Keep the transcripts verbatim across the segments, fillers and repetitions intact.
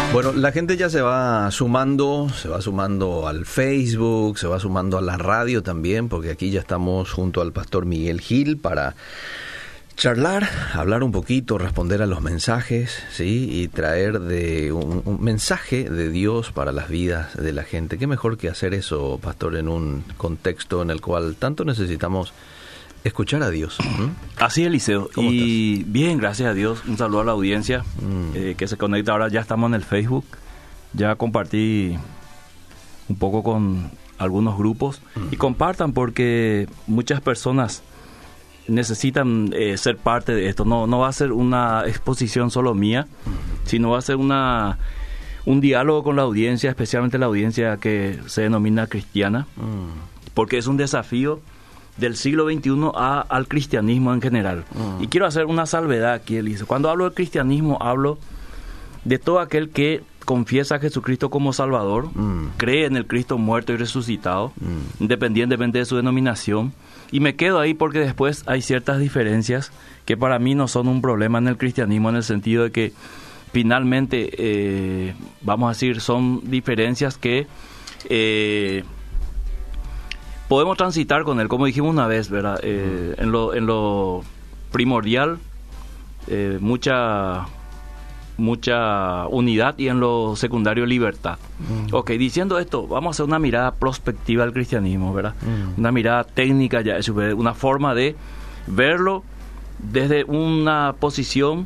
Bueno, la gente ya se va sumando, se va sumando al Facebook, se va sumando a la radio también, porque aquí ya estamos junto al pastor Miguel Gil para charlar, hablar un poquito, responder a los mensajes, ¿sí? Y traer de un, un mensaje de Dios para las vidas de la gente. ¿Qué mejor que hacer eso, pastor, en un contexto en el cual tanto necesitamos escuchar a Dios? ¿Mm? Así es, Eliseo. ¿Cómo y estás? Bien, gracias a Dios. Un saludo a la audiencia Mm. eh, que se conecta ahora. Ya estamos en el Facebook. Ya compartí un poco con algunos grupos. Mm. Y compartan porque muchas personas necesitan eh, ser parte de esto. No, no va a ser una exposición solo mía, Mm. sino va a ser una un diálogo con la audiencia, especialmente la audiencia que se denomina cristiana, Mm. porque es un desafío del siglo veintiuno a, al cristianismo en general. Mm. Y quiero hacer una salvedad aquí, Elisa. Cuando hablo de cristianismo, hablo de todo aquel que confiesa a Jesucristo como Salvador, Mm. cree en el Cristo muerto y resucitado, Mm. independientemente de su denominación. Y me quedo ahí porque después hay ciertas diferencias que para mí no son un problema en el cristianismo, en el sentido de que finalmente, eh, vamos a decir, son diferencias que eh, podemos transitar con él, como dijimos una vez, ¿verdad? Eh, en, lo, en lo primordial, eh, mucha mucha unidad, y en lo secundario, libertad. Mm. Ok, diciendo esto, vamos a hacer una mirada prospectiva al cristianismo, ¿verdad? Mm. Una mirada técnica, ya, una forma de verlo desde una posición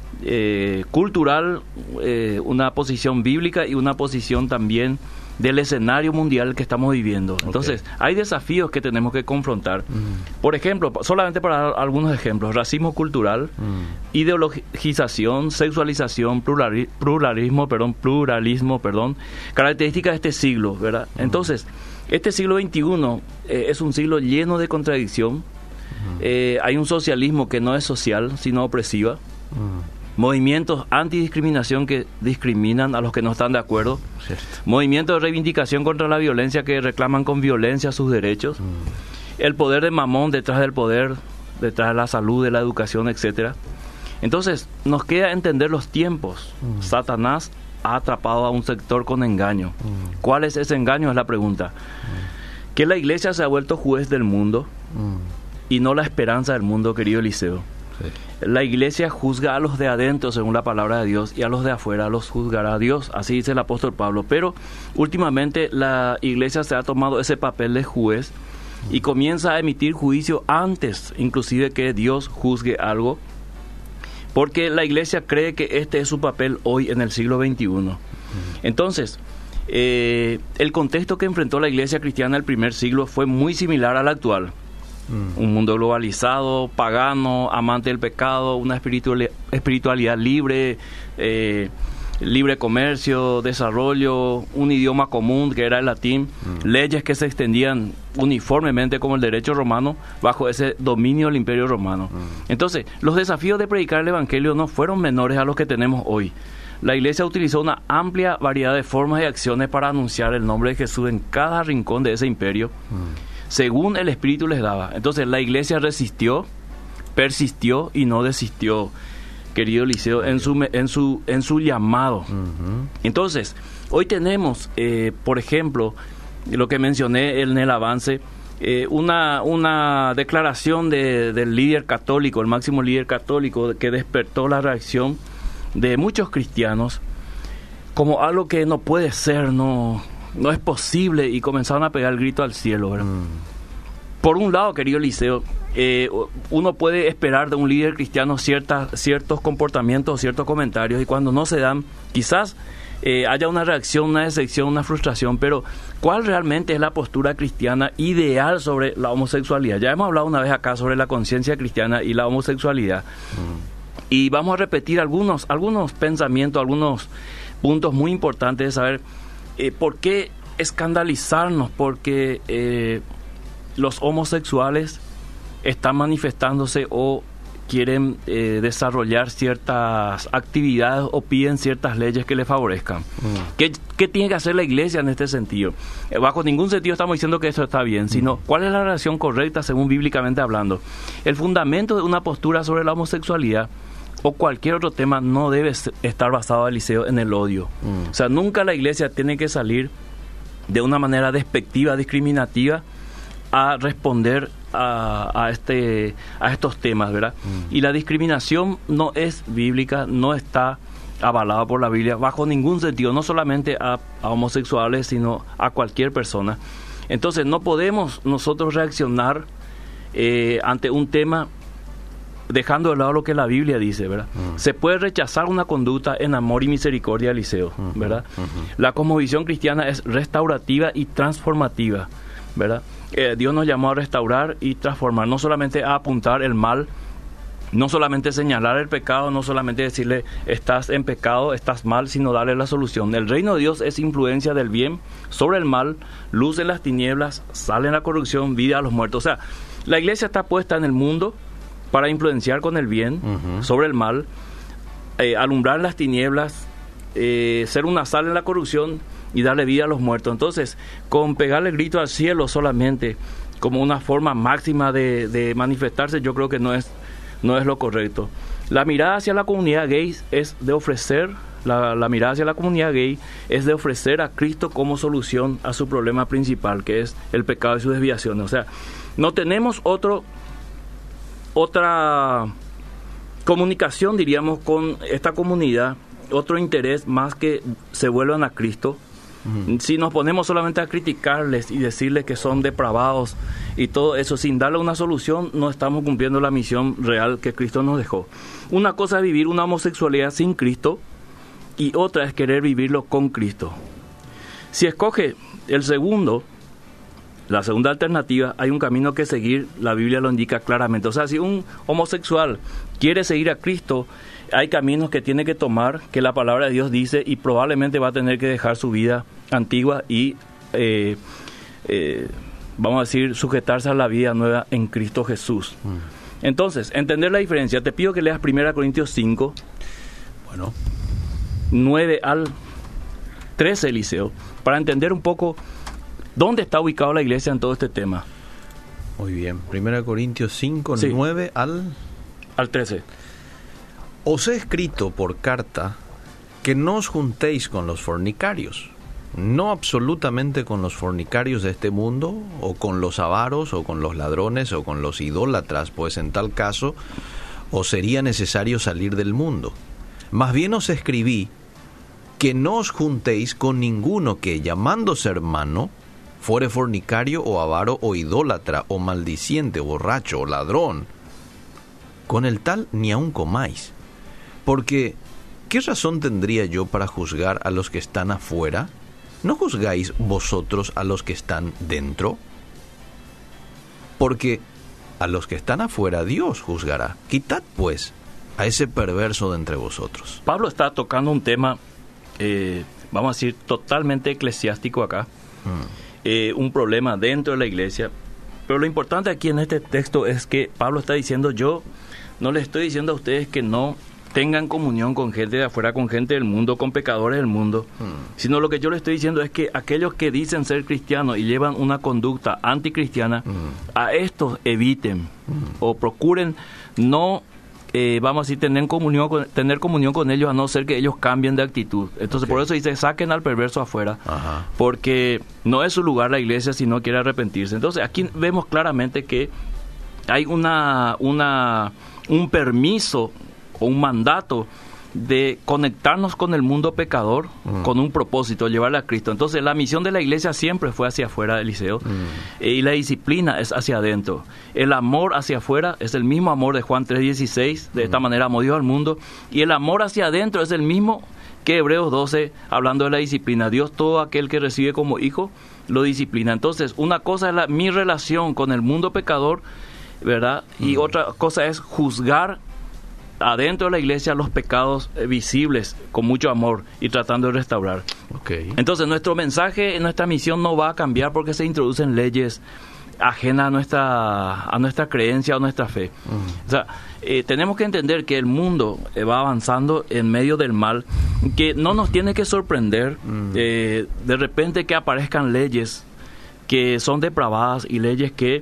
eh, cultural, eh, una posición bíblica y una posición también del escenario mundial que estamos viviendo. Entonces, Okay. hay desafíos que tenemos que confrontar. Mm. Por ejemplo, solamente para dar algunos ejemplos: racismo cultural, Mm. ideologización, sexualización, plurali- pluralismo, perdón, pluralismo, perdón, características de este siglo, ¿verdad? Mm. Entonces, este siglo veintiuno eh, es un siglo lleno de contradicción. Mm. Eh, hay un socialismo que no es social, sino opresiva. Mm. Movimientos antidiscriminación que discriminan a los que no están de acuerdo. Cierto. Movimientos de reivindicación contra la violencia que reclaman con violencia sus derechos. Mm. El poder de Mamón detrás del poder, detrás de la salud, de la educación, etcétera. Entonces, nos queda entender los tiempos. Mm. Satanás ha atrapado a un sector con engaño. Mm. ¿Cuál es ese engaño? Es la pregunta. Que la iglesia se ha vuelto juez del mundo Mm. y no la esperanza del mundo, querido Eliseo. Sí. La iglesia juzga a los de adentro según la palabra de Dios, y a los de afuera los juzgará Dios, así dice el apóstol Pablo. Pero últimamente la iglesia se ha tomado ese papel de juez y comienza a emitir juicio antes inclusive que Dios juzgue algo, porque la iglesia cree que este es su papel hoy en el siglo veintiuno. Entonces, eh, el contexto que enfrentó la iglesia cristiana del primer siglo fue muy similar al actual. Mm. Un mundo globalizado, pagano, amante del pecado, una espiritualidad, espiritualidad libre, eh, libre comercio, desarrollo, un idioma común que era el latín, Mm. leyes que se extendían uniformemente como el derecho romano bajo ese dominio del Imperio Romano. Mm. Entonces, los desafíos de predicar el Evangelio no fueron menores a los que tenemos hoy. La iglesia utilizó una amplia variedad de formas y acciones para anunciar el nombre de Jesús en cada rincón de ese imperio, Mm. según el Espíritu les daba. Entonces la iglesia resistió, persistió y no desistió, querido Eliseo, en su, en su, en su llamado. Mm-hmm. Entonces, hoy tenemos, eh, por ejemplo, lo que mencioné en el avance, eh, una, una declaración de, del líder católico, el máximo líder católico, que despertó la reacción de muchos cristianos como algo que no puede ser, no... no es posible, y comenzaron a pegar el grito al cielo, ¿verdad? Mm. Por un lado, querido Eliseo, eh, uno puede esperar de un líder cristiano ciertas, ciertos comportamientos, ciertos comentarios, y cuando no se dan, quizás eh, haya una reacción, una decepción, una frustración, pero ¿cuál realmente es la postura cristiana ideal sobre la homosexualidad? Ya hemos hablado una vez acá sobre la conciencia cristiana y la homosexualidad, Mm. y vamos a repetir algunos, algunos pensamientos, algunos puntos muy importantes de saber Eh, ¿por qué escandalizarnos? Porque eh, los homosexuales están manifestándose o quieren eh, desarrollar ciertas actividades o piden ciertas leyes que les favorezcan. Mm. ¿Qué, ¿Qué tiene que hacer la iglesia en este sentido? Eh, bajo ningún sentido estamos diciendo que eso está bien, sino mm. ¿cuál es la relación correcta según bíblicamente hablando? El fundamento de una postura sobre la homosexualidad o cualquier otro tema no debe estar basado, Eliseo, en el odio. Mm. O sea, nunca la iglesia tiene que salir de una manera despectiva, discriminativa, a responder a, a, este, a estos temas, ¿verdad? Mm. Y la discriminación no es bíblica, no está avalada por la Biblia bajo ningún sentido, no solamente a, a homosexuales, sino a cualquier persona. Entonces, no podemos nosotros reaccionar eh, ante un tema dejando de lado lo que la Biblia dice, ¿verdad? Uh-huh. Se puede rechazar una conducta en amor y misericordia, Eliseo, uh-huh. ¿verdad? Uh-huh. La cosmovisión cristiana es restaurativa y transformativa, ¿verdad? Eh, Dios nos llamó a restaurar y transformar, no solamente a apuntar el mal, no solamente señalar el pecado, no solamente decirle estás en pecado, estás mal, sino darle la solución. El reino de Dios es influencia del bien sobre el mal, luz en las tinieblas, sal en la corrupción, vida a los muertos. O sea, la iglesia está puesta en el mundo para influenciar con el bien uh-huh. sobre el mal, eh, alumbrar las tinieblas, eh, ser una sal en la corrupción y darle vida a los muertos. Entonces, con pegarle el grito al cielo solamente como una forma máxima de, de manifestarse, yo creo que no es no es lo correcto. La mirada hacia la comunidad gay es de ofrecer, la, la mirada hacia la comunidad gay es de ofrecer a Cristo como solución a su problema principal, que es el pecado y sus desviaciones. O sea, no tenemos otro otra comunicación, diríamos, con esta comunidad, otro interés más que se vuelvan a Cristo. Uh-huh. Si nos ponemos solamente a criticarles y decirles que son depravados y todo eso, sin darle una solución, no estamos cumpliendo la misión real que Cristo nos dejó. Una cosa es vivir una homosexualidad sin Cristo y otra es querer vivirlo con Cristo. Si escoge el segundo, la segunda alternativa, hay un camino que seguir, la Biblia lo indica claramente. O sea, si un homosexual quiere seguir a Cristo, hay caminos que tiene que tomar, que la palabra de Dios dice, y probablemente va a tener que dejar su vida antigua y, eh, eh, vamos a decir, sujetarse a la vida nueva en Cristo Jesús. Mm. Entonces, entender la diferencia, te pido que leas primera Corintios cinco, bueno, nueve al trece, Eliseo, para entender un poco dónde está ubicada la iglesia en todo este tema. Muy bien, primera Corintios cinco, sí. nueve al... al trece. Os he escrito por carta que no os juntéis con los fornicarios, no absolutamente con los fornicarios de este mundo, o con los avaros, o con los ladrones, o con los idólatras, pues en tal caso os sería necesario salir del mundo. Más bien os escribí que no os juntéis con ninguno que, llamándose hermano, fuere fornicario, o avaro, o idólatra, o maldiciente, o borracho, o ladrón. Con el tal ni aun comáis. Porque, ¿qué razón tendría yo para juzgar a los que están afuera? ¿No juzgáis vosotros a los que están dentro? Porque a los que están afuera Dios juzgará. Quitad, pues, a ese perverso de entre vosotros. Pablo está tocando un tema, eh, vamos a decir, totalmente eclesiástico acá. Mm. Eh, un problema dentro de la iglesia. Pero lo importante aquí en este texto es que Pablo está diciendo, yo no les estoy diciendo a ustedes que no tengan comunión con gente de afuera, con gente del mundo, con pecadores del mundo, hmm. sino lo que yo les estoy diciendo es que aquellos que dicen ser cristianos y llevan una conducta anticristiana, hmm. a estos eviten hmm. o procuren no, eh, vamos a decir, tener comunión, con, tener comunión con ellos, a no ser que ellos cambien de actitud. Entonces, okay. por eso dice, saquen al perverso afuera, Ajá. porque no es su lugar la iglesia si no quiere arrepentirse. Entonces, aquí vemos claramente que hay una, una, un permiso o un mandato de conectarnos con el mundo pecador mm. con un propósito, llevarle a Cristo. Entonces la misión de la iglesia siempre fue hacia afuera, Eliseo, mm. eh, y la disciplina es hacia adentro. El amor hacia afuera es el mismo amor de Juan tres dieciséis, de mm. esta manera amó Dios al mundo, y el amor hacia adentro es el mismo que Hebreos doce, hablando de la disciplina. Dios, todo aquel que recibe como hijo, lo disciplina. Entonces, una cosa es la, mi relación con el mundo pecador, ¿verdad? Y mm. otra cosa es juzgar adentro de la iglesia los pecados eh, visibles con mucho amor y tratando de restaurar. Okay. Entonces nuestro mensaje, nuestra misión no va a cambiar porque se introducen leyes ajenas a nuestra, a nuestra creencia o nuestra fe. Uh-huh. O sea, eh, tenemos que entender que el mundo eh, va avanzando en medio del mal, que no nos tiene que sorprender uh-huh. eh, de repente que aparezcan leyes que son depravadas y leyes que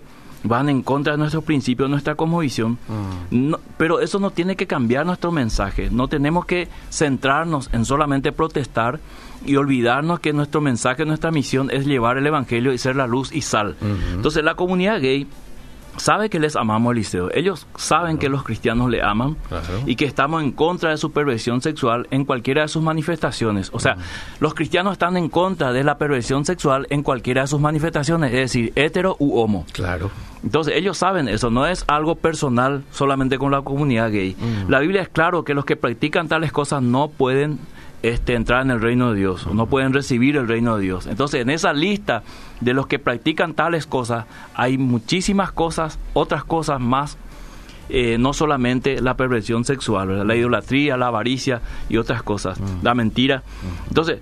van en contra de nuestros principios, nuestra cosmovisión, mm. no, pero eso no tiene que cambiar nuestro mensaje. No tenemos que centrarnos en solamente protestar y olvidarnos que nuestro mensaje, nuestra misión es llevar el evangelio y ser la luz y sal. Mm-hmm. Entonces la comunidad gay sabe que les amamos, Eliseo. Ellos saben claro. que los cristianos le aman claro. y que estamos en contra de su perversión sexual en cualquiera de sus manifestaciones. O sea, uh-huh. los cristianos están en contra de la perversión sexual en cualquiera de sus manifestaciones, es decir, hetero u homo. Claro. Entonces, ellos saben eso, no es algo personal solamente con la comunidad gay. Uh-huh. La Biblia es claro que los que practican tales cosas no pueden Este, entrar en el reino de Dios, no pueden recibir el reino de Dios. Entonces, en esa lista de los que practican tales cosas, hay muchísimas cosas, otras cosas más, eh, no solamente la perversión sexual, ¿verdad? La idolatría, la avaricia y otras cosas, mm. la mentira. Entonces,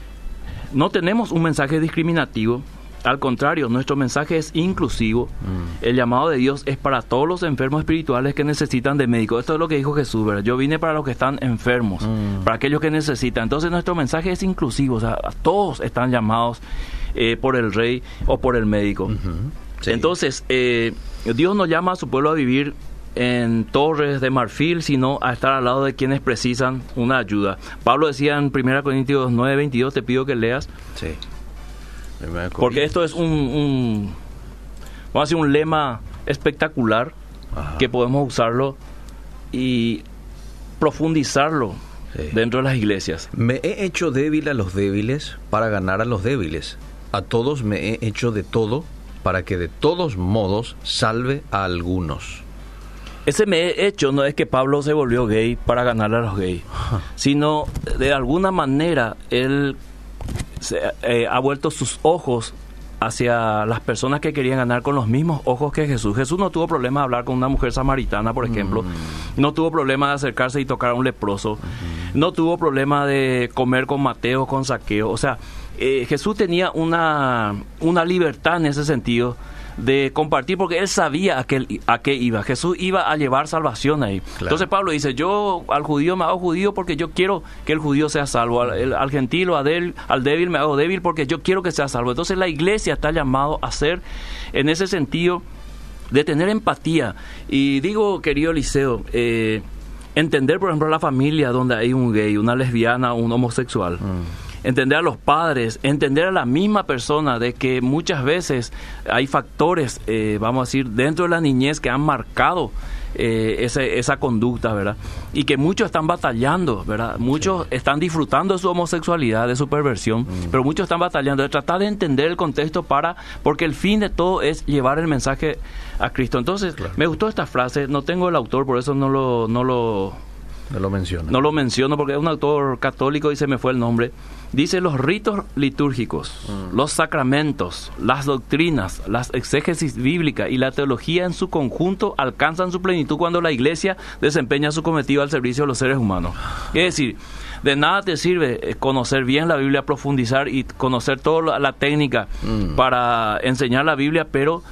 no tenemos un mensaje discriminativo. Al contrario, nuestro mensaje es inclusivo. Mm. El llamado de Dios es para todos los enfermos espirituales que necesitan de médicos. Esto es lo que dijo Jesús, ¿verdad? Yo vine para los que están enfermos, mm. para aquellos que necesitan. Entonces nuestro mensaje es inclusivo. O sea, todos están llamados eh, por el rey o por el médico. Mm-hmm. Sí. Entonces, eh, Dios no llama a su pueblo a vivir en torres de marfil, sino a estar al lado de quienes precisan una ayuda. Pablo decía en primera Corintios nueve veintidós, te pido que leas. Sí. Porque esto es un, un vamos a decir, un lema espectacular. Ajá. Que podemos usarlo y profundizarlo sí. dentro de las iglesias. Me he hecho débil a los débiles para ganar a los débiles. A todos me he hecho de todo para que de todos modos salve a algunos. Ese me he hecho no es que Pablo se volvió gay para ganar a los gays, Ajá. sino de alguna manera él Se, eh, ha vuelto sus ojos hacia las personas que querían ganar con los mismos ojos que Jesús. Jesús no tuvo problema de hablar con una mujer samaritana, por ejemplo. Mm. No tuvo problema de acercarse y tocar a un leproso. Mm. No tuvo problema de comer con Mateo, con Zaqueo. O sea, eh, Jesús tenía una, una libertad en ese sentido de compartir, porque él sabía a qué, a qué iba. Jesús iba a llevar salvación ahí. Claro. Entonces Pablo dice, yo al judío me hago judío porque yo quiero que el judío sea salvo, al, el, al gentil o al débil, al débil me hago débil porque yo quiero que sea salvo. Entonces la iglesia está llamado a ser, en ese sentido, de tener empatía. Y digo, querido Eliseo, eh, entender, por ejemplo, la familia donde hay un gay, una lesbiana, un homosexual. Mm. Entender a los padres, entender a la misma persona de que muchas veces hay factores, eh, vamos a decir, dentro de la niñez que han marcado eh, ese, esa conducta, ¿verdad? Y que muchos están batallando, ¿verdad? Muchos sí. están disfrutando de su homosexualidad, de su perversión, mm. pero muchos están batallando de tratar de entender el contexto para, porque el fin de todo es llevar el mensaje a Cristo. Entonces, claro. me gustó esta frase, no tengo el autor, por eso no lo... No lo No lo menciono. No lo menciono porque es un autor católico y se me fue el nombre. Dice, los ritos litúrgicos, mm. los sacramentos, las doctrinas, las exégesis bíblicas y la teología en su conjunto alcanzan su plenitud cuando la iglesia desempeña su cometido al servicio de los seres humanos. Es decir, de nada te sirve conocer bien la Biblia, profundizar y conocer toda la técnica mm. para enseñar la Biblia, pero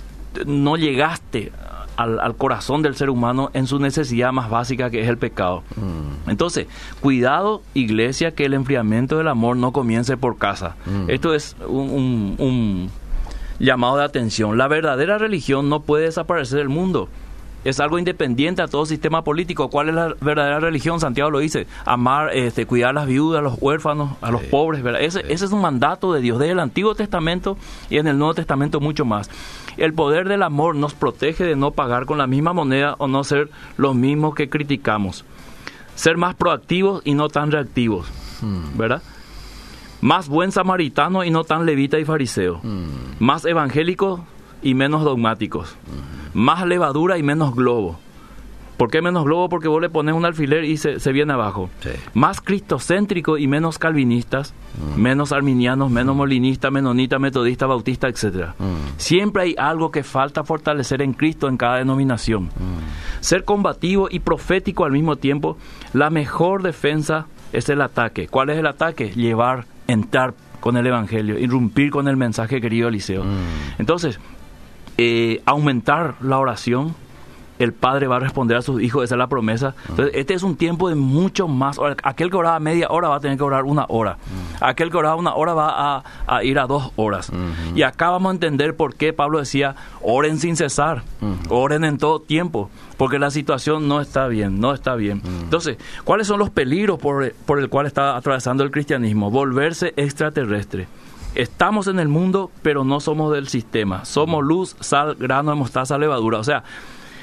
no llegaste Al, al corazón del ser humano en su necesidad más básica, que es el pecado. Mm. Entonces, cuidado, iglesia, que el enfriamiento del amor no comience por casa. Mm. Esto es un, un, un llamado de atención. La verdadera religión no puede desaparecer del mundo. Es algo independiente a todo sistema político. ¿Cuál es la verdadera religión? Santiago lo dice, amar, este, cuidar a las viudas, a los huérfanos, a los sí. pobres, ¿verdad? Ese, sí. ese es un mandato de Dios desde el Antiguo Testamento y en el Nuevo Testamento mucho más. El poder del amor nos protege de no pagar con la misma moneda o no ser los mismos que criticamos. Ser más proactivos y no tan reactivos, hmm. ¿verdad? Más buen samaritano y no tan levita y fariseo. Hmm. Más evangélicos y menos dogmáticos. Hmm. Más levadura y menos globo. ¿Por qué menos globo? Porque vos le pones un alfiler y se, se viene abajo. Sí. Más cristocéntrico y menos calvinistas, mm. menos arminianos, menos molinistas, menonitas, metodistas, bautistas, etcétera. Mm. Siempre hay algo que falta fortalecer en Cristo en cada denominación. Mm. Ser combativo y profético al mismo tiempo, la mejor defensa es el ataque. ¿Cuál es el ataque? Llevar, entrar con el evangelio, irrumpir con el mensaje, querido Eliseo. Mm. Entonces, eh, aumentar la oración, el Padre va a responder a sus hijos, esa es la promesa. Entonces, este es un tiempo de mucho más. Aquel que oraba media hora va a tener que orar una hora. Aquel que oraba una hora va a, a ir a dos horas. Uh-huh. Y acá vamos a entender por qué Pablo decía, oren sin cesar, uh-huh. oren en todo tiempo, porque la situación no está bien, no está bien. Uh-huh. Entonces, ¿cuáles son los peligros por, por el cual está atravesando el cristianismo? Volverse extraterrestre. Estamos en el mundo, pero no somos del sistema. Somos luz, sal, grano de mostaza, levadura. O sea,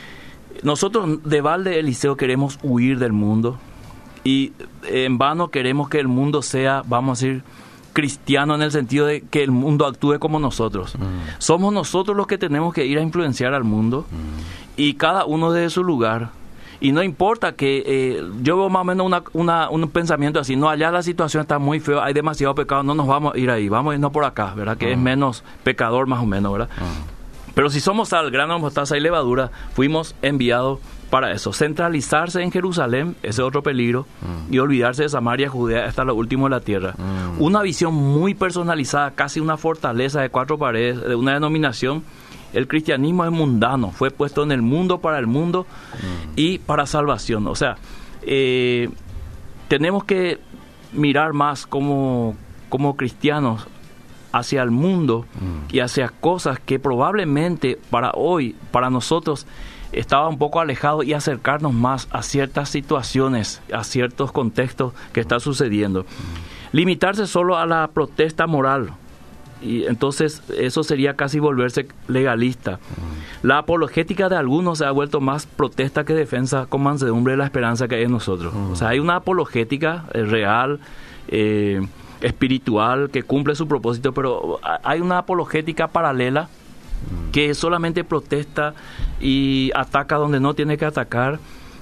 nosotros de balde, Eliseo, queremos huir del mundo y en vano queremos que el mundo sea, vamos a decir, cristiano en el sentido de que el mundo actúe como nosotros. Mm. Somos nosotros los que tenemos que ir a influenciar al mundo mm. y cada uno desde su lugar. Y no importa que eh, yo veo más o menos una, una, un pensamiento así, no, allá la situación está muy fea, hay demasiado pecado, no nos vamos a ir ahí, vamos a irnos por acá, ¿verdad? Que mm. es menos pecador más o menos, ¿verdad? Mm. Pero si somos sal, grano, mostaza y levadura, fuimos enviados para eso. Centralizarse en Jerusalén, ese es otro peligro, mm. y olvidarse de Samaria, Judea, hasta lo último de la tierra. Mm. Una visión muy personalizada, casi una fortaleza de cuatro paredes, de una denominación. El cristianismo es mundano, fue puesto en el mundo para el mundo mm. y para salvación. O sea, eh, tenemos que mirar más como, como cristianos hacia el mundo mm. y hacia cosas que probablemente para hoy, para nosotros, estaba un poco alejado y acercarnos más a ciertas situaciones, a ciertos contextos que está sucediendo. Mm. Limitarse solo a la protesta moral, y entonces eso sería casi volverse legalista. Mm. La apologética de algunos se ha vuelto más protesta que defensa con mansedumbre de la esperanza que hay en nosotros. Mm. O sea, hay una apologética eh, real, eh, espiritual, que cumple su propósito, pero hay una apologética paralela que solamente protesta y ataca donde no tiene que atacar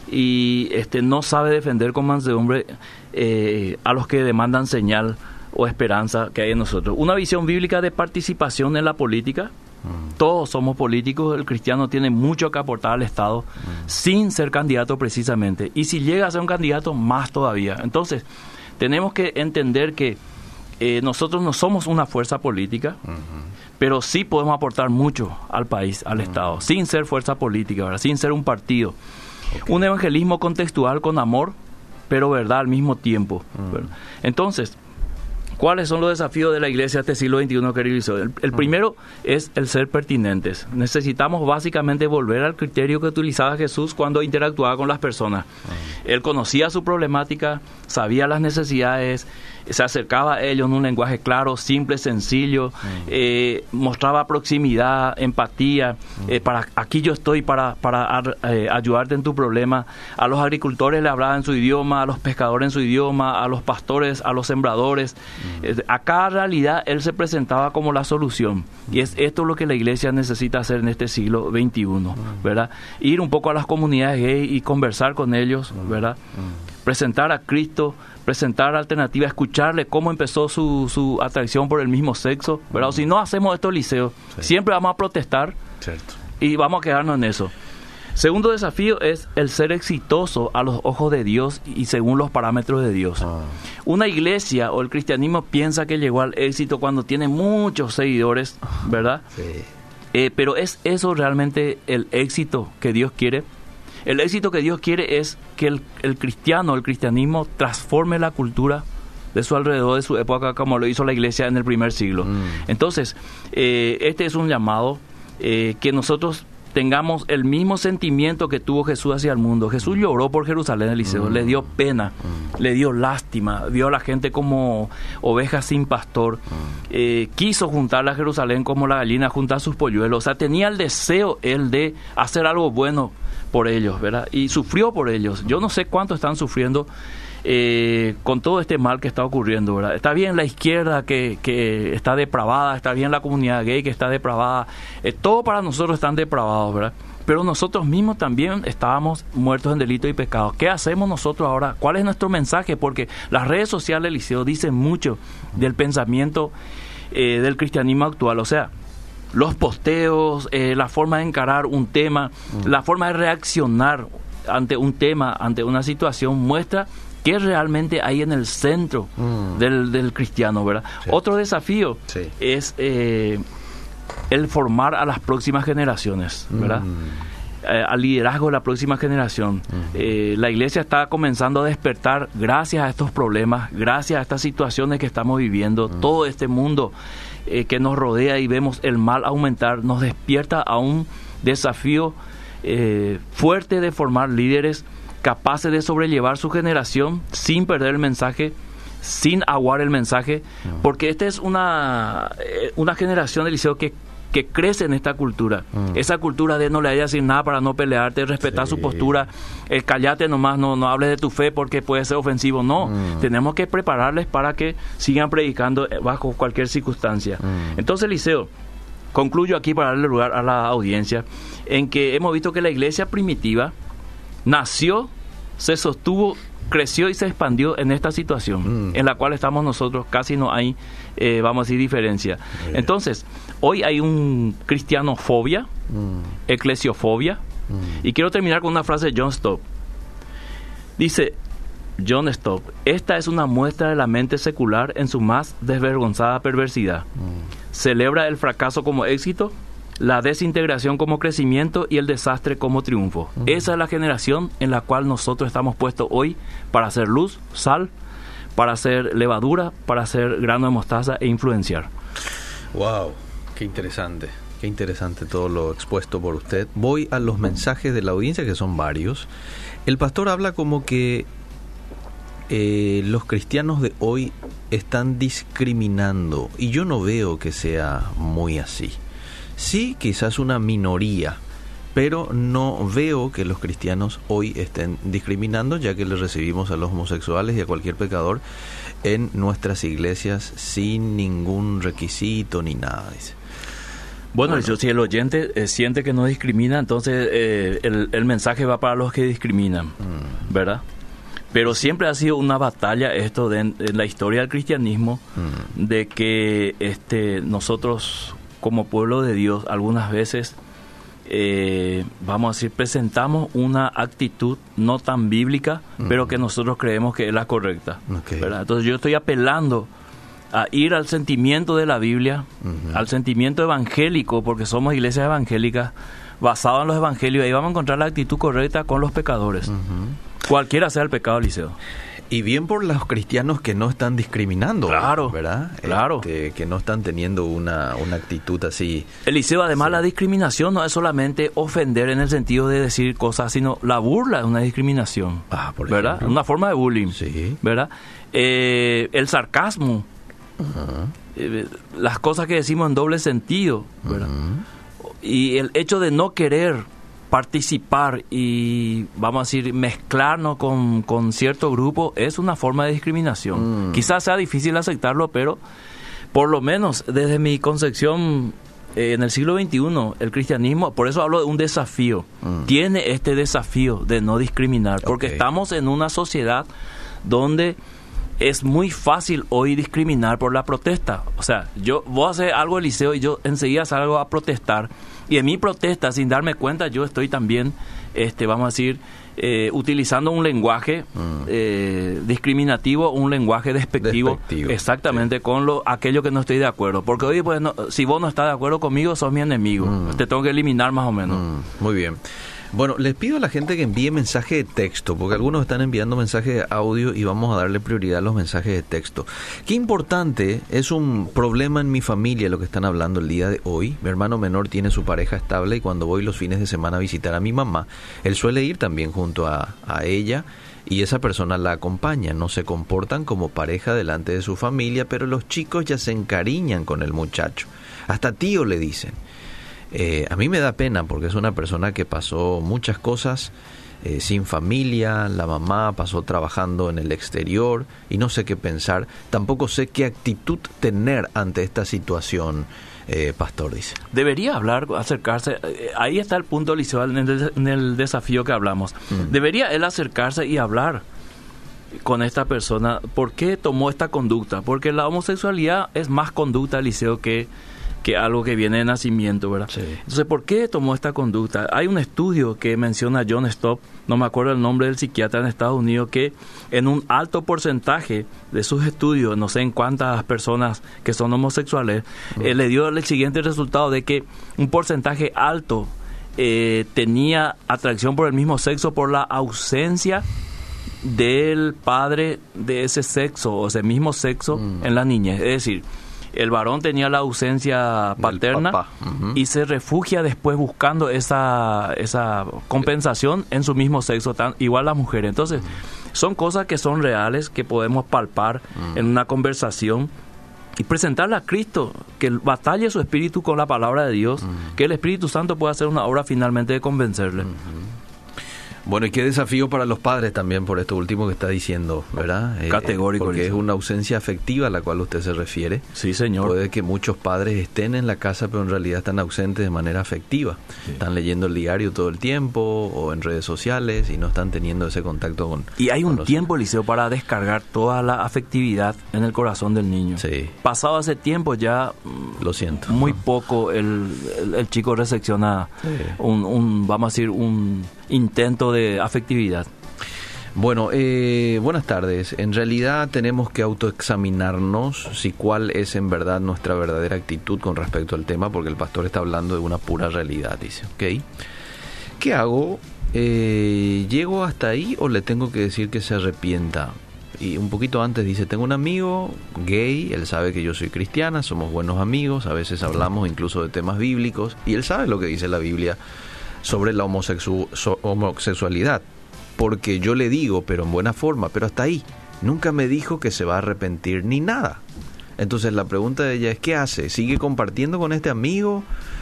y este no sabe defender con mansedumbre eh, a los que demandan señal o esperanza que hay en nosotros. Una visión bíblica de participación en la política. Mm. Todos somos políticos, el cristiano tiene mucho que aportar al Estado mm. sin ser candidato precisamente, y si llega a ser un candidato, más todavía. Entonces, tenemos que entender que eh, nosotros no somos una fuerza política, uh-huh. pero sí podemos aportar mucho al país, al uh-huh. Estado, sin ser fuerza política, ¿verdad? Sin ser un partido. Okay. Un evangelismo contextual con amor, pero verdad al mismo tiempo. Uh-huh. Entonces, ¿cuáles son los desafíos de la iglesia de este siglo veintiuno, querido Eliseo? El, el primero es el ser pertinentes. Necesitamos básicamente volver al criterio que utilizaba Jesús cuando interactuaba con las personas. Uh-huh. Él conocía su problemática, sabía las necesidades, se acercaba a ellos en un lenguaje claro, simple, sencillo, uh-huh. eh, mostraba proximidad, empatía, uh-huh. eh, para aquí yo estoy para, para eh, ayudarte en tu problema. A los agricultores le hablaba en su idioma, a los pescadores en su idioma, a los pastores, a los sembradores. Uh-huh. A cada realidad él se presentaba como la solución. Uh-huh. Y es esto lo que la iglesia necesita hacer en este siglo veintiuno, uh-huh. ¿verdad? Ir un poco a las comunidades gay y conversar con ellos, uh-huh. ¿verdad? Uh-huh. Presentar a Cristo, presentar alternativas, escucharle cómo empezó su, su atracción por el mismo sexo, ¿verdad? Uh-huh. O si no hacemos esto, Eliseo, sí. siempre vamos a protestar. Cierto. Y vamos a quedarnos en eso. Segundo desafío es el ser exitoso a los ojos de Dios y según los parámetros de Dios. Ah. Una iglesia o el cristianismo piensa que llegó al éxito cuando tiene muchos seguidores, ¿verdad? Sí. Eh, pero ¿es eso realmente el éxito que Dios quiere? El éxito que Dios quiere es que el, el cristiano, el cristianismo, transforme la cultura de su alrededor, de su época, como lo hizo la iglesia en el primer siglo. Mm. Entonces, eh, este es un llamado eh, que nosotros tengamos el mismo sentimiento que tuvo Jesús hacia el mundo. Jesús lloró por Jerusalén, Eliseo, mm. le dio pena, mm. le dio lástima, vio a la gente como ovejas sin pastor, mm. eh, quiso juntarla a Jerusalén como la gallina junta a sus polluelos. O sea, tenía el deseo él de hacer algo bueno por ellos, ¿verdad? Y sufrió por ellos. Yo no sé cuánto están sufriendo eh, con todo este mal que está ocurriendo, ¿verdad? Está bien la izquierda que, que está depravada, está bien la comunidad gay que está depravada, eh, todo para nosotros están depravados, ¿verdad? Pero nosotros mismos también estábamos muertos en delitos y pecados. ¿Qué hacemos nosotros ahora? ¿Cuál es nuestro mensaje? Porque las redes sociales, Eliseo, dicen mucho del pensamiento eh, del cristianismo actual. O sea, los posteos, eh, la forma de encarar un tema, mm. la forma de reaccionar ante un tema, ante una situación, muestra qué realmente hay en el centro mm. del, del cristiano, ¿verdad? Sí. Otro desafío sí. es eh, el formar a las próximas generaciones, ¿verdad? Mm. eh, al liderazgo de la próxima generación. Uh-huh. Eh, la iglesia está comenzando a despertar gracias a estos problemas, gracias a estas situaciones que estamos viviendo. Uh-huh. Todo este mundo eh, que nos rodea y vemos el mal aumentar, nos despierta a un desafío eh, fuerte de formar líderes capaces de sobrellevar su generación sin perder el mensaje, sin aguar el mensaje, uh-huh. porque esta es una, eh, una generación de Eliseo que que crece en esta cultura, mm. esa cultura de no le haya decir nada para no pelearte, respetar sí. su postura, el callate nomás, no, no hables de tu fe porque puede ser ofensivo, no, mm. tenemos que prepararles para que sigan predicando bajo cualquier circunstancia. Mm. Entonces, Eliseo, concluyo aquí para darle lugar a la audiencia, en que hemos visto que la iglesia primitiva nació, se sostuvo, creció y se expandió en esta situación mm. en la cual estamos nosotros. Casi no hay, eh, vamos a decir, diferencia. Bien. Entonces, hoy hay un cristianofobia, mm. eclesiofobia, mm. y quiero terminar con una frase de John Stott. Dice John Stott: esta es una muestra de la mente secular en su más desvergonzada perversidad. Mm. Celebra el fracaso como éxito, la desintegración como crecimiento y el desastre como triunfo. Uh-huh. Esa es la generación en la cual nosotros estamos puestos hoy para hacer luz, sal, para hacer levadura, para hacer grano de mostaza e influenciar. Wow, qué interesante, qué interesante todo lo expuesto por usted. Voy a los mensajes de la audiencia, que son varios. El pastor habla como que eh, los cristianos de hoy están discriminando, y yo no veo que sea muy así. Sí, quizás una minoría, pero no veo que los cristianos hoy estén discriminando, ya que le recibimos a los homosexuales y a cualquier pecador en nuestras iglesias sin ningún requisito ni nada. Dice. Bueno, bueno. Yo, si el oyente eh, siente que no discrimina, entonces eh, el, el mensaje va para los que discriminan, mm. ¿verdad? Pero siempre ha sido una batalla esto de, en, en la historia del cristianismo, mm. de que este nosotros, como pueblo de Dios, algunas veces, eh, vamos a decir, presentamos una actitud no tan bíblica, uh-huh. pero que nosotros creemos que es la correcta. Okay. ¿verdad? Entonces yo estoy apelando a ir al sentimiento de la Biblia, uh-huh. al sentimiento evangélico, porque somos iglesias evangélicas, basadas en los evangelios, y ahí vamos a encontrar la actitud correcta con los pecadores. Uh-huh. Cualquiera sea el pecado, Eliseo. Y bien por los cristianos que no están discriminando, claro, ¿verdad? Claro. Este, que no están teniendo una, una actitud así. Eliseo, además, sí. la discriminación no es solamente ofender en el sentido de decir cosas, sino la burla es una discriminación, ah, por ¿verdad? ejemplo. Una forma de bullying, sí. ¿verdad? Eh, el sarcasmo, uh-huh. eh, las cosas que decimos en doble sentido, ¿verdad? Uh-huh. Y el hecho de no querer participar y, vamos a decir, mezclarnos con, con cierto grupo es una forma de discriminación. Mm. Quizás sea difícil aceptarlo, pero por lo menos desde mi concepción, eh, en el siglo veintiuno, el cristianismo, por eso hablo de un desafío, mm. tiene este desafío de no discriminar, porque okay. estamos en una sociedad donde es muy fácil hoy discriminar por la protesta. O sea, yo voy a hacer algo, Eliseo, y yo enseguida salgo a protestar. Y en mi protesta, sin darme cuenta, yo estoy también, este, vamos a decir, eh, utilizando un lenguaje mm. eh, discriminativo, un lenguaje despectivo, despectivo. exactamente, sí. con lo aquello que no estoy de acuerdo. Porque hoy, pues, no, si vos no estás de acuerdo conmigo, sos mi enemigo. Mm. Te tengo que eliminar más o menos. Mm. Muy bien. Bueno, les pido a la gente que envíe mensaje de texto, porque algunos están enviando mensajes de audio y vamos a darle prioridad a los mensajes de texto. Qué importante, es un problema en mi familia lo que están hablando el día de hoy. Mi hermano menor tiene su pareja estable y cuando voy los fines de semana a visitar a mi mamá, él suele ir también junto a, a ella y esa persona la acompaña. No se comportan como pareja delante de su familia, pero los chicos ya se encariñan con el muchacho. Hasta tío le dicen. Eh, a mí me da pena porque es una persona que pasó muchas cosas eh, sin familia, la mamá pasó trabajando en el exterior y no sé qué pensar, tampoco sé qué actitud tener ante esta situación, eh, pastor, dice. Debería hablar, acercarse, eh, ahí está el punto, Eliseo, en el, en el desafío que hablamos, mm. debería él acercarse y hablar con esta persona. ¿Por qué tomó esta conducta? Porque la homosexualidad es más conducta, Eliseo, que que algo que viene de nacimiento, ¿verdad? Sí. Entonces, ¿por qué tomó esta conducta? Hay un estudio que menciona John Stott, no me acuerdo el nombre del psiquiatra en Estados Unidos, que en un alto porcentaje de sus estudios, no sé en cuántas personas que son homosexuales, uh-huh. eh, le dio el siguiente resultado de que un porcentaje alto eh, tenía atracción por el mismo sexo por la ausencia del padre de ese sexo o ese mismo sexo mm. en la niñez. Es decir, el varón tenía la ausencia paterna uh-huh. y se refugia después buscando esa, esa compensación en su mismo sexo, tan, igual las mujeres. Entonces, uh-huh. son cosas que son reales, que podemos palpar uh-huh. en una conversación y presentarle a Cristo, que batalle su espíritu con la palabra de Dios, uh-huh. que el Espíritu Santo pueda hacer una obra finalmente de convencerle. Uh-huh. Bueno, y qué desafío para los padres también por esto último que está diciendo, ¿verdad? Categórico. Eh, porque es una ausencia afectiva a la cual usted se refiere. Sí, señor. Puede que muchos padres estén en la casa, pero en realidad están ausentes de manera afectiva. Sí. Están leyendo el diario todo el tiempo o en redes sociales y no están teniendo ese contacto con... Y hay un los... tiempo, Eliseo, para descargar toda la afectividad en el corazón del niño. Sí. Pasado ese tiempo ya... Lo siento. Muy poco el, el, el chico recepciona sí. un, un, vamos a decir, un... intento de afectividad. Bueno, eh, buenas tardes. En realidad tenemos que autoexaminarnos si cuál es en verdad nuestra verdadera actitud con respecto al tema, porque el pastor está hablando de una pura realidad, dice. ¿Ok? ¿Qué hago? Eh, ¿Llego hasta ahí o le tengo que decir que se arrepienta? Y un poquito antes dice, tengo un amigo gay, él sabe que yo soy cristiana, somos buenos amigos, a veces hablamos incluso de temas bíblicos, y él sabe lo que dice la Biblia sobre la homosexu- so- homosexualidad, porque yo le digo, pero en buena forma, pero hasta ahí, nunca me dijo que se va a arrepentir ni nada. Entonces la pregunta de ella es, ¿qué hace? ¿Sigue compartiendo con este amigo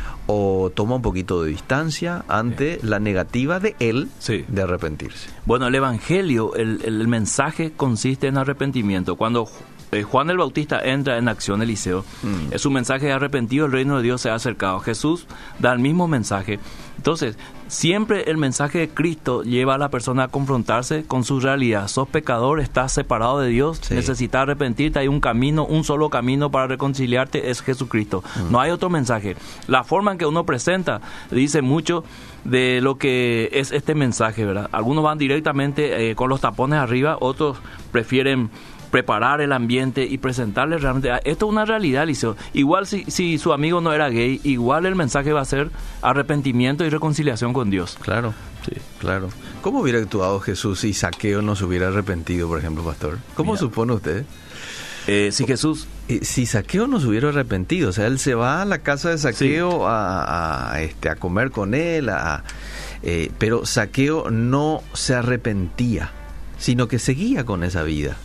o toma un poquito de distancia ante sí. la negativa de él sí. de arrepentirse? Bueno, el Evangelio, el, el mensaje consiste en arrepentimiento. Cuando Juan el Bautista entra en acción, Eliseo, mm. es un mensaje de arrepentido, el reino de Dios se ha acercado. Jesús da el mismo mensaje. Entonces, siempre el mensaje de Cristo lleva a la persona a confrontarse con su realidad. Sos pecador, estás separado de Dios, sí. necesitas arrepentirte, hay un camino, un solo camino para reconciliarte, es Jesucristo. Mm. No hay otro mensaje. La forma en que uno presenta dice mucho de lo que es este mensaje, ¿verdad? Algunos van directamente eh, con los tapones arriba, otros prefieren preparar el ambiente y presentarle realmente. Esto es una realidad, Eliseo. Igual si, si su amigo no era gay, igual el mensaje va a ser arrepentimiento y reconciliación con Dios. Claro, sí, claro. ¿Cómo hubiera actuado Jesús si Zaqueo no se hubiera arrepentido, por ejemplo, pastor? ¿Cómo Mira. supone usted? Eh, si Jesús... Si Zaqueo no se hubiera arrepentido, o sea, él se va a la casa de Zaqueo sí. a, a, este, a comer con él, a, eh, pero Zaqueo no se arrepentía, sino que seguía con esa vida.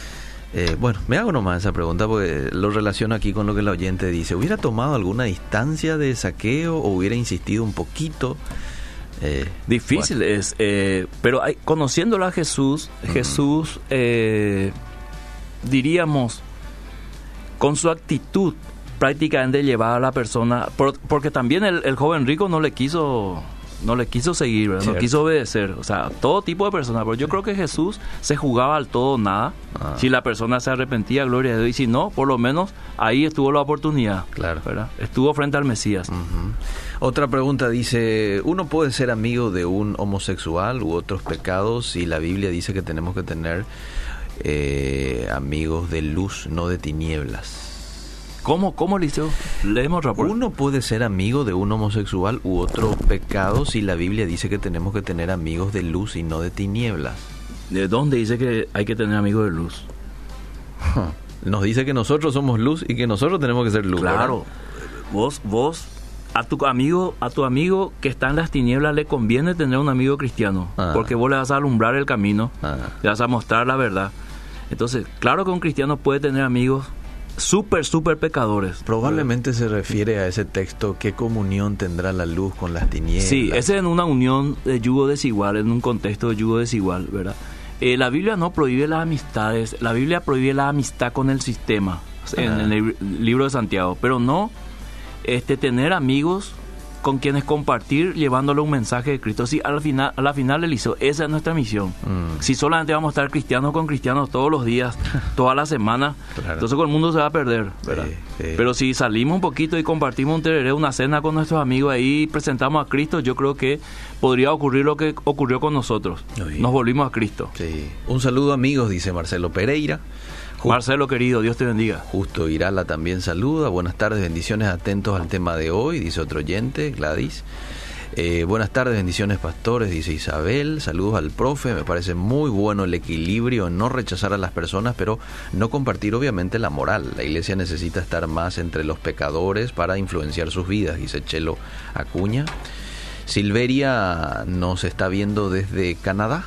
Eh, bueno, me hago nomás esa pregunta porque lo relaciono aquí con lo que el oyente dice. ¿Hubiera tomado alguna distancia de Zaqueo o hubiera insistido un poquito? Eh, Difícil bueno. es, eh, pero hay, conociéndolo a Jesús, uh-huh. Jesús, eh, diríamos, con su actitud prácticamente llevaba a la persona, por, porque también el, el joven rico no le quiso... no le quiso seguir, ¿verdad? No quiso obedecer, o sea, todo tipo de personas, pero yo creo que Jesús se jugaba al todo o nada. Ah. Si la persona se arrepentía, gloria a Dios, y si no, por lo menos ahí estuvo la oportunidad, claro, ¿verdad? Estuvo frente al Mesías. Uh-huh. Otra pregunta dice, ¿uno puede ser amigo de un homosexual u otros pecados si la Biblia dice que tenemos que tener eh, amigos de luz, no de tinieblas? ¿Cómo, cómo, Liceo? Leemos rápido. ¿Uno puede ser amigo de un homosexual u otro pecado si la Biblia dice que tenemos que tener amigos de luz y no de tinieblas? ¿De dónde dice que hay que tener amigos de luz? Nos dice que nosotros somos luz y que nosotros tenemos que ser luz. Claro. ¿Verdad? Vos, vos, a tu amigo, a tu amigo que está en las tinieblas le conviene tener un amigo cristiano, ah. porque vos le vas a alumbrar el camino, ah. le vas a mostrar la verdad. Entonces, claro que un cristiano puede tener amigos súper, súper pecadores. Probablemente se refiere a ese texto, ¿qué comunión tendrá la luz con las tinieblas? Sí, ese es en una unión de yugo desigual, en un contexto de yugo desigual, ¿verdad? Eh, la Biblia no prohíbe las amistades, la Biblia prohíbe la amistad con el sistema, en, en el libro de Santiago, pero no este, tener amigos con quienes compartir llevándole un mensaje de Cristo. Sí, al final, a la final, Eliseo, esa es nuestra misión. Mm. Si solamente vamos a estar cristianos con cristianos todos los días, toda la semana, claro, entonces el mundo se va a perder, ¿verdad? Sí, sí. Pero si salimos un poquito y compartimos un tereré, una cena con nuestros amigos, ahí presentamos a Cristo, yo creo que podría ocurrir lo que ocurrió con nosotros. Uy. Nos volvimos a Cristo. Sí. Un saludo, amigos, dice Marcelo Pereira. Just, Marcelo, querido, Dios te bendiga. Justo Irala también saluda. Buenas tardes, bendiciones, atentos al tema de hoy, dice otro oyente, Gladys. Eh, buenas tardes, bendiciones pastores, dice Isabel. Saludos al profe. Me parece muy bueno el equilibrio en no rechazar a las personas, pero no compartir obviamente la moral. La iglesia necesita estar más entre los pecadores para influenciar sus vidas, dice Chelo Acuña. Silveria nos está viendo desde Canadá.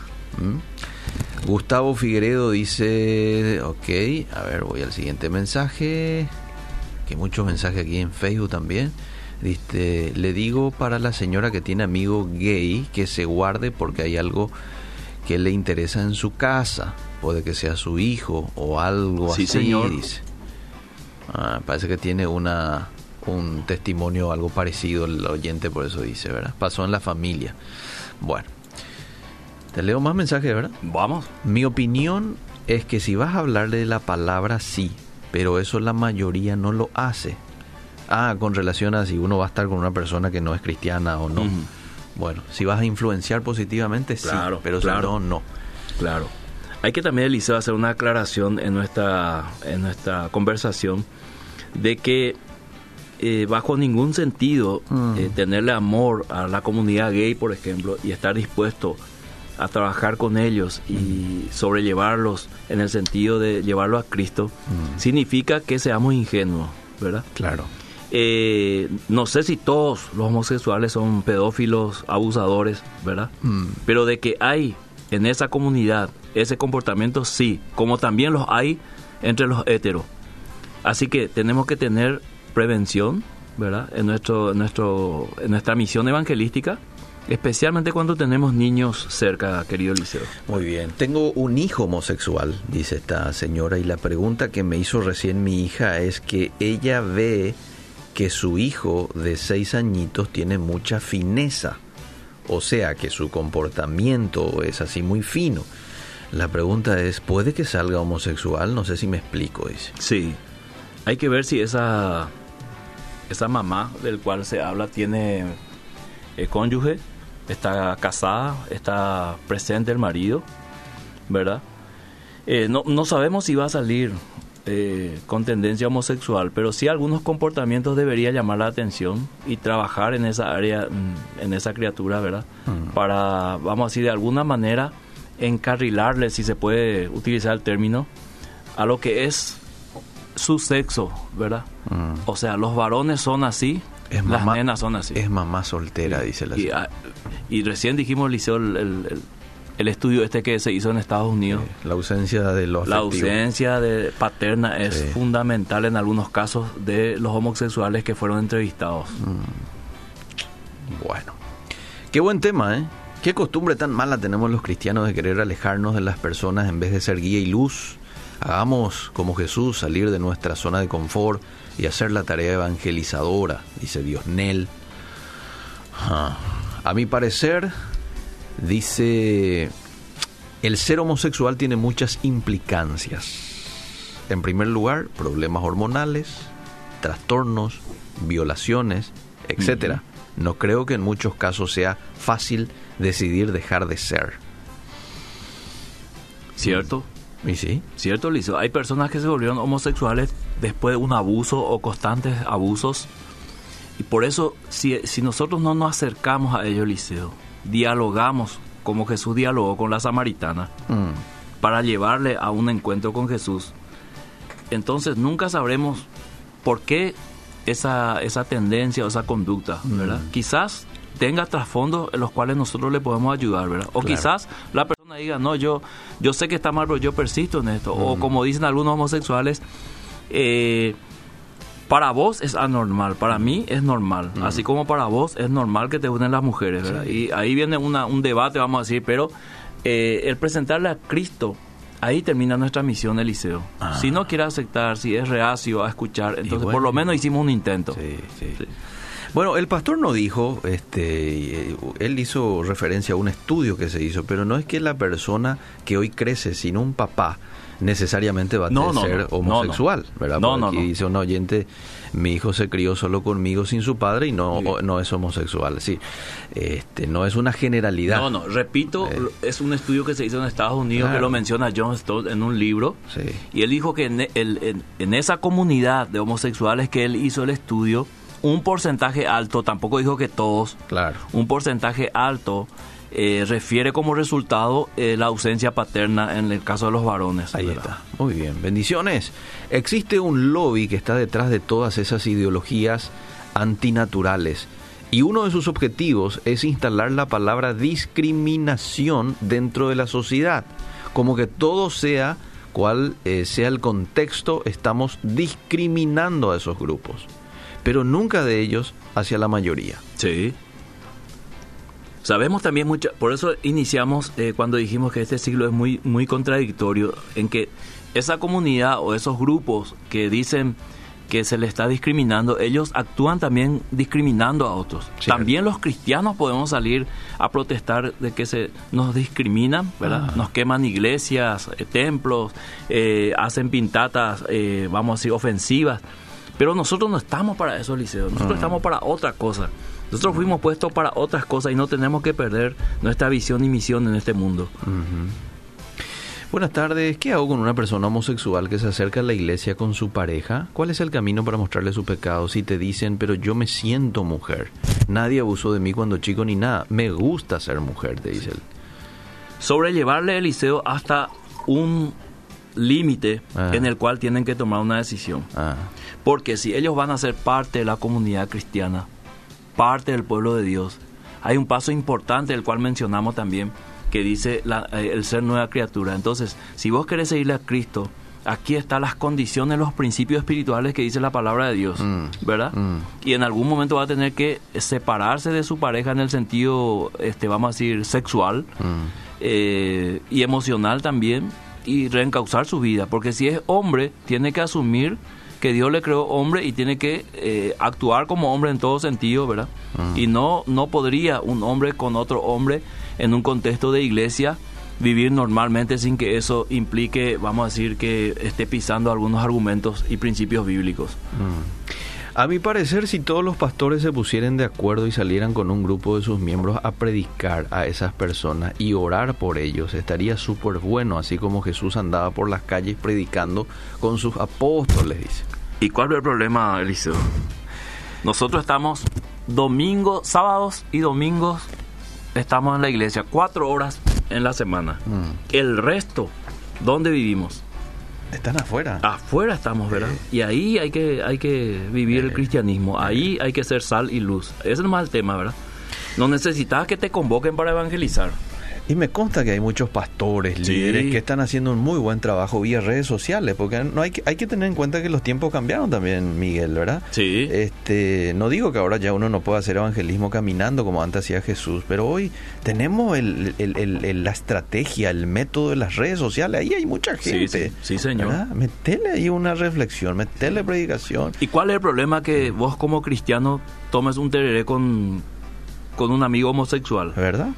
¿Mm? Gustavo Figueredo dice, ok, a ver, voy al siguiente mensaje, que muchos mensajes aquí en Facebook también. Dice, le digo para la señora que tiene amigo gay que se guarde porque hay algo que le interesa en su casa. Puede que sea su hijo o algo sí, así, señor. dice. Ah, parece que tiene una un testimonio algo parecido el oyente, por eso dice, ¿verdad? Pasó en la familia. Bueno, te leo más mensajes, ¿verdad? Vamos. Mi opinión es que si vas a hablarle de la palabra, sí, pero eso la mayoría no lo hace. Ah, con relación a si uno va a estar con una persona que no es cristiana o no. Uh-huh. Bueno, si vas a influenciar positivamente, claro, sí, pero claro, si no, no. Claro. Hay que también, Eliseo, hacer una aclaración en nuestra, en nuestra conversación de que eh, bajo ningún sentido mm. eh, tenerle amor a la comunidad gay, por ejemplo, y estar dispuesto a trabajar con ellos y mm. sobrellevarlos en el sentido de llevarlos a Cristo, mm. significa que seamos ingenuos, ¿verdad? Claro. Eh, no sé si todos los homosexuales son pedófilos, abusadores, ¿verdad? Mm. Pero de que hay en esa comunidad ese comportamiento, sí, como también los hay entre los heteros. Así que tenemos que tener prevención, ¿verdad? En nuestro, en nuestro, en nuestra misión evangelística, especialmente cuando tenemos niños cerca, querido Eliseo. Muy bien. Tengo un hijo homosexual, dice esta señora, y la pregunta que me hizo recién mi hija es que ella ve que su hijo de seis añitos tiene mucha fineza, o sea que su comportamiento es así muy fino. La pregunta es, ¿puede que salga homosexual? No sé si me explico, dice. Sí, hay que ver si esa, esa mamá del cual se habla tiene eh, cónyuge, está casada, está presente el marido, ¿verdad? Eh, no, no sabemos si va a salir Eh, con tendencia homosexual, pero sí algunos comportamientos debería llamar la atención y trabajar en esa área, en esa criatura, ¿verdad? Uh-huh. Para, vamos a decir, de alguna manera encarrilarle, si se puede utilizar el término, a lo que es su sexo, ¿verdad? Uh-huh. O sea, los varones son así, es las mamá, nenas son así. Es mamá soltera, y, dice la señora. Y, y recién dijimos, Liceo, el, el, el el estudio este que se hizo en Estados Unidos. Sí, la ausencia de los La ausencia de paterna es sí. fundamental en algunos casos de los homosexuales que fueron entrevistados. Mm. Bueno. Qué buen tema, ¿eh? Qué costumbre tan mala tenemos los cristianos de querer alejarnos de las personas en vez de ser guía y luz. Hagamos como Jesús, salir de nuestra zona de confort y hacer la tarea evangelizadora, dice Diosnel. Ah. A mi parecer, dice, el ser homosexual tiene muchas implicancias. En primer lugar, problemas hormonales, trastornos, violaciones, etcétera. Uh-huh. No creo que en muchos casos sea fácil decidir dejar de ser. ¿Cierto? ¿Y sí? Cierto, Lizo. Hay personas que se volvieron homosexuales después de un abuso o constantes abusos. Y por eso, si, si nosotros no nos acercamos a ellos, Liceo, dialogamos como Jesús dialogó con la samaritana mm. para llevarle a un encuentro con Jesús, entonces nunca sabremos por qué esa, esa tendencia o esa conducta, ¿verdad? Mm. Quizás tenga trasfondos en los cuales nosotros le podemos ayudar, ¿verdad? O claro. Quizás la persona diga, no, yo, yo sé que está mal, pero yo persisto en esto. Mm. O como dicen algunos homosexuales, eh, para vos es anormal, para mí es normal. Mm. Así como para vos es normal que te unen las mujeres, ¿verdad? Sí. Y ahí viene una, un debate, vamos a decir, pero eh, el presentarle a Cristo, ahí termina nuestra misión, Eliseo. Ah. Si no quiere aceptar, si es reacio a escuchar, entonces bueno, por lo menos hicimos un intento. Sí, sí. Sí. Bueno, el pastor no dijo, este, él hizo referencia a un estudio que se hizo, pero no es que la persona que hoy crece sin un papá necesariamente va a no, no, ser no, homosexual, no, no. ¿verdad? No, Porque no, aquí no. dice un oyente, mi hijo se crió solo conmigo sin su padre y no, sí. no es homosexual. Sí, este, no es una generalidad. No, no, repito, eh. es un estudio que se hizo en Estados Unidos, claro. que lo menciona John Stott en un libro, sí. y él dijo que en, el, en, en esa comunidad de homosexuales que él hizo el estudio, un porcentaje alto, tampoco dijo que todos, Claro. un porcentaje alto eh, refiere como resultado eh, la ausencia paterna en el caso de los varones. Ahí ¿verdad? está. Muy bien. Bendiciones. Existe un lobby que está detrás de todas esas ideologías antinaturales. Y uno de sus objetivos es instalar la palabra discriminación dentro de la sociedad. Como que todo sea, cual eh, sea el contexto, estamos discriminando a esos grupos. Pero nunca de ellos hacia la mayoría. Sí. Sabemos también mucho, por eso iniciamos eh, cuando dijimos que este siglo es muy, muy contradictorio, en que esa comunidad o esos grupos que dicen que se les está discriminando, ellos actúan también discriminando a otros. Sí. También los cristianos podemos salir a protestar de que se nos discriminan, ¿verdad? Ah. Nos queman iglesias, eh, templos, eh, hacen pintatas, eh, vamos a decir, ofensivas. Pero nosotros no estamos para eso, Eliseo. Nosotros Ah. estamos para otra cosa. Nosotros fuimos puestos para otras cosas y no tenemos que perder nuestra visión y misión en este mundo. Uh-huh. Buenas tardes. ¿Qué hago con una persona homosexual que se acerca a la iglesia con su pareja? ¿Cuál es el camino para mostrarle su pecado? Si te dicen, pero yo me siento mujer. Nadie abusó de mí cuando chico ni nada. Me gusta ser mujer, te dice él. Sobrellevarle, Eliseo, hasta un límite Ah. en el cual tienen que tomar una decisión. Ah, Porque si ellos van a ser parte de la comunidad cristiana, parte del pueblo de Dios, hay un paso importante el cual mencionamos también, que dice la, eh, el ser nueva criatura. Entonces, si vos querés seguirle a Cristo, aquí están las condiciones, los principios espirituales que dice la palabra de Dios, Mm. ¿verdad? Mm. Y en algún momento va a tener que separarse de su pareja en el sentido, este, vamos a decir, sexual mm. eh, y emocional también, y reencauzar su vida. Porque si es hombre, tiene que asumir que Dios le creó hombre y tiene que eh, actuar como hombre en todo sentido, ¿verdad? Mm. Y no, no podría un hombre con otro hombre en un contexto de iglesia vivir normalmente sin que eso implique, vamos a decir, que esté pisando algunos argumentos y principios bíblicos. A mi parecer, si todos los pastores se pusieran de acuerdo y salieran con un grupo de sus miembros a predicar a esas personas y orar por ellos, estaría súper bueno, así como Jesús andaba por las calles predicando con sus apóstoles, dice. ¿Y cuál es el problema, Eliseo? Nosotros estamos domingos, sábados y domingos, estamos en la iglesia, cuatro horas en la semana. Mm. El resto, ¿dónde vivimos? Están afuera. Afuera estamos, ¿verdad? Eh. Y ahí hay que hay que vivir Eh. el cristianismo. Ahí hay que ser sal y luz. Ese es nomás el tema, ¿verdad? No necesitas que te convoquen para evangelizar. Y me consta que hay muchos pastores, Sí. líderes que están haciendo un muy buen trabajo vía redes sociales, porque no hay que, hay que tener en cuenta que los tiempos cambiaron también, Miguel, ¿verdad? Sí. Este, no digo que ahora ya uno no pueda hacer evangelismo caminando como antes hacía Jesús, pero hoy tenemos el, el- el- el- la estrategia, el método de las redes sociales. Ahí hay mucha Sí, gente. sí, sí, señor. ¿verdad? Metele ahí una reflexión, metele predicación. ¿Y cuál es el problema que vos como cristiano tomes un tereré con, con un amigo homosexual? ¿Verdad?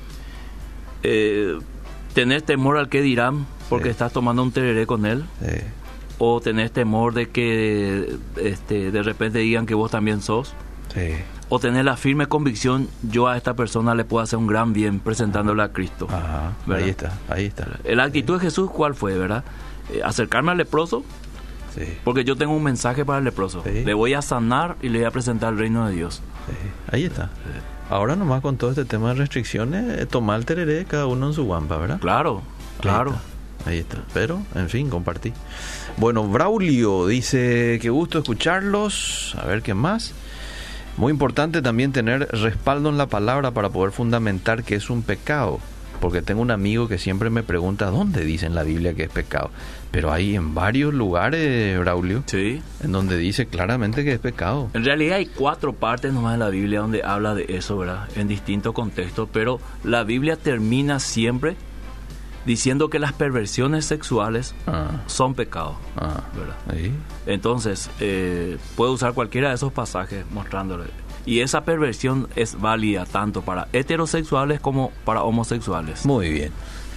Eh, ¿Tenés temor al que dirán porque Sí. estás tomando un tereré con él? Eh, ¿O tenés temor de que este, de repente digan que vos también sos? sí. ¿O tenés la firme convicción, yo a esta persona le puedo hacer un gran bien presentándole a Cristo? Ajá, ¿Verdad? ahí está, ahí está. La actitud de Jesús, ¿cuál fue, verdad? Eh, acercarme al leproso, Sí, porque yo tengo un mensaje para el leproso. Sí. Le voy a sanar y le voy a presentar el reino de Dios. sí, ahí está. Ahora nomás con todo este tema de restricciones, eh, tomar el tereré cada uno en su guampa, ¿verdad? Claro, claro. Ahí está, ahí está. Pero, en fin, compartí. Bueno, Braulio dice, qué gusto escucharlos. A ver qué más. Muy importante también tener respaldo en la palabra para poder fundamentar que es un pecado. Porque tengo un amigo que siempre me pregunta, ¿dónde dice en la Biblia que es pecado? Pero hay en varios lugares, Braulio, Sí. en donde dice claramente que es pecado. En realidad hay cuatro partes nomás de la Biblia donde habla de eso, ¿verdad? En distintos contextos, pero la Biblia termina siempre diciendo que las perversiones sexuales Ah, son pecados, ah, ¿verdad? ahí. Entonces, eh, puede usar cualquiera de esos pasajes mostrándole. Y esa perversión es válida tanto para heterosexuales como para homosexuales. Muy bien.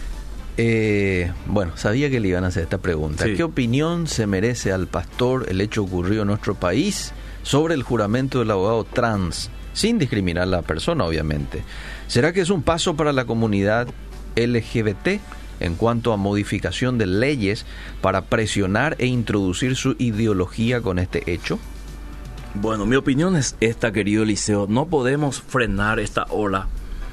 Eh, bueno, sabía que le iban a hacer esta pregunta. Sí. ¿Qué opinión se merece al pastor el hecho ocurrido en nuestro país sobre el juramento del abogado trans, sin discriminar a la persona, obviamente? ¿Será que es un paso para la comunidad L G B T en cuanto a modificación de leyes para presionar e introducir su ideología con este hecho? Bueno, mi opinión es esta, querido Eliseo. No podemos frenar esta ola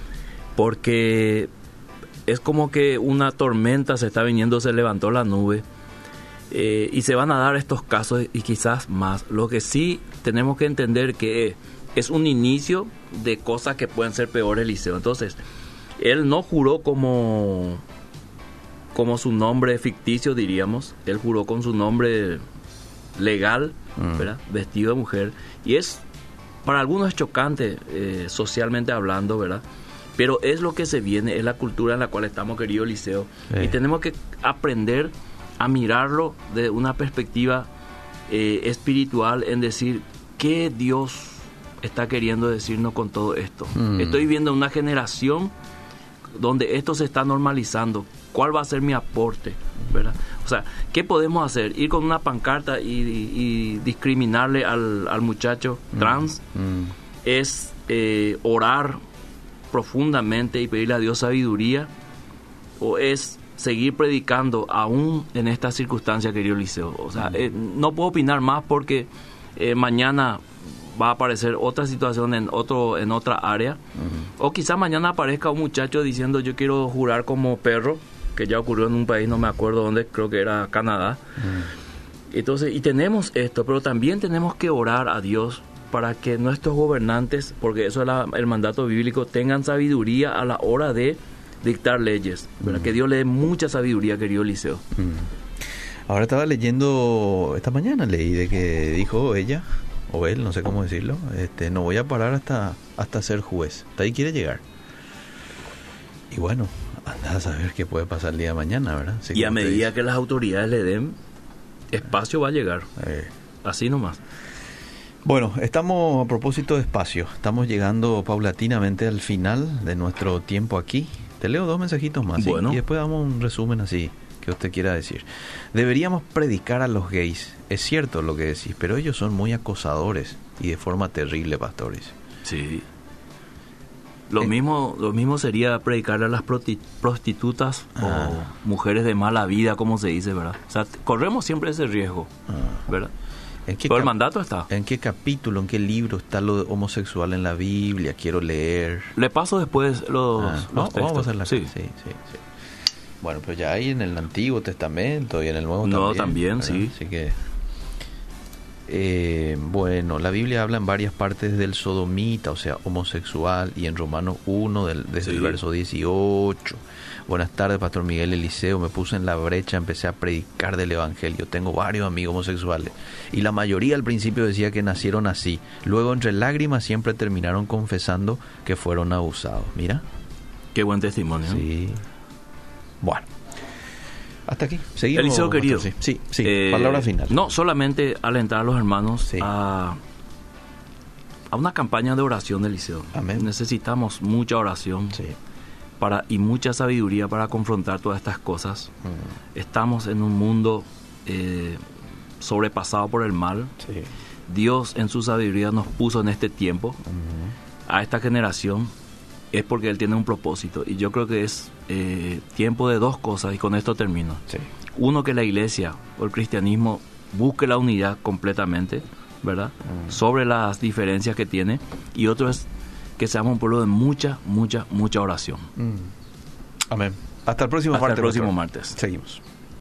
porque es como que una tormenta se está viniendo, se levantó la nube eh, y se van a dar estos casos y quizás más. Lo que sí tenemos que entender que es un inicio de cosas que pueden ser peores, Eliseo. Entonces, él no juró como, como su nombre ficticio, diríamos. Él juró con su nombre legal, mm. ¿verdad? Vestido de mujer. Y es, para algunos es chocante, eh, socialmente hablando, ¿verdad? Pero es lo que se viene, es la cultura en la cual estamos, querido Eliseo. Sí. Y tenemos que aprender a mirarlo de una perspectiva eh, espiritual, en decir, ¿qué Dios está queriendo decirnos con todo esto? Mm. Estoy viendo una generación donde esto se está normalizando. ¿Cuál va a ser mi aporte? ¿Verdad? O sea, ¿qué podemos hacer? ¿Ir con una pancarta y, y, y discriminarle al, al muchacho trans? Mm. Mm. ¿Es eh, orar profundamente y pedirle a Dios sabiduría? ¿O es seguir predicando aún en esta circunstancia, querido Eliseo? O sea, mm. eh, no puedo opinar más porque eh, mañana va a aparecer otra situación en otro en otra área. Uh-huh. O quizá mañana aparezca un muchacho diciendo yo quiero jurar como perro, que ya ocurrió en un país, no me acuerdo dónde, creo que era Canadá. Uh-huh. Entonces, y tenemos esto, pero también tenemos que orar a Dios para que nuestros gobernantes, porque eso es la, el mandato bíblico, tengan sabiduría a la hora de dictar leyes, ¿verdad? Uh-huh. Que Dios le dé mucha sabiduría, querido Eliseo. Uh-huh. Ahora estaba leyendo, esta mañana leí de que dijo ella, o él, no sé cómo decirlo, este, no voy a parar hasta hasta ser juez. Hasta ahí quiere llegar. Y bueno, anda a saber qué puede pasar el día de mañana, ¿verdad? Así y a medida que las autoridades le den espacio va a llegar. Eh. Así nomás. Bueno, estamos, a propósito de espacio, estamos llegando paulatinamente al final de nuestro tiempo aquí. Te leo dos mensajitos más, bueno. ¿sí? Y después damos un resumen así que usted quiera decir. Deberíamos predicar a los gays. Es cierto lo que decís, pero ellos son muy acosadores y de forma terrible, pastores. Sí. Lo eh. mismo lo mismo sería predicarle a las prostitutas ah. o mujeres de mala vida, como se dice, ¿verdad? O sea, corremos siempre ese riesgo, ah. ¿verdad? ¿En qué Pero el cap- mandato está. ¿En qué capítulo, en qué libro está lo homosexual en la Biblia? Quiero leer. Le paso después los, ah. los no, textos. Vamos a hacer la sí. sí, sí, sí. Bueno, pero ya hay en el Antiguo Testamento y en el Nuevo no, también. también, sí. Así que, eh, bueno, la Biblia habla en varias partes del sodomita, o sea, homosexual, y en Romanos uno, del, desde sí. el verso dieciocho. Buenas tardes, Pastor Miguel Eliseo. Me puse en la brecha, empecé a predicar del Evangelio. Tengo varios amigos homosexuales y la mayoría al principio decía que nacieron así. Luego, entre lágrimas, siempre terminaron confesando que fueron abusados. Mira. Qué buen testimonio. Sí. Bueno, hasta aquí. Seguimos. Eliseo querido. Sí, sí, sí. Eh, palabra final. No, solamente alentar a los hermanos sí. a, a una campaña de oración, Eliseo. Amén. Necesitamos mucha oración sí. para y mucha sabiduría para confrontar todas estas cosas. Mm. Estamos en un mundo eh, sobrepasado por el mal. Sí. Dios en su sabiduría nos puso en este tiempo, mm. a esta generación. Es porque Él tiene un propósito. Y yo creo que es eh, tiempo de dos cosas, y con esto termino. Sí. Uno, que la iglesia o el cristianismo busque la unidad completamente, ¿verdad? Mm. Sobre las diferencias que tiene. Y otro es que seamos un pueblo de mucha, mucha, mucha oración. Mm. Amén. Hasta el próximo Hasta martes. el próximo martes. Seguimos.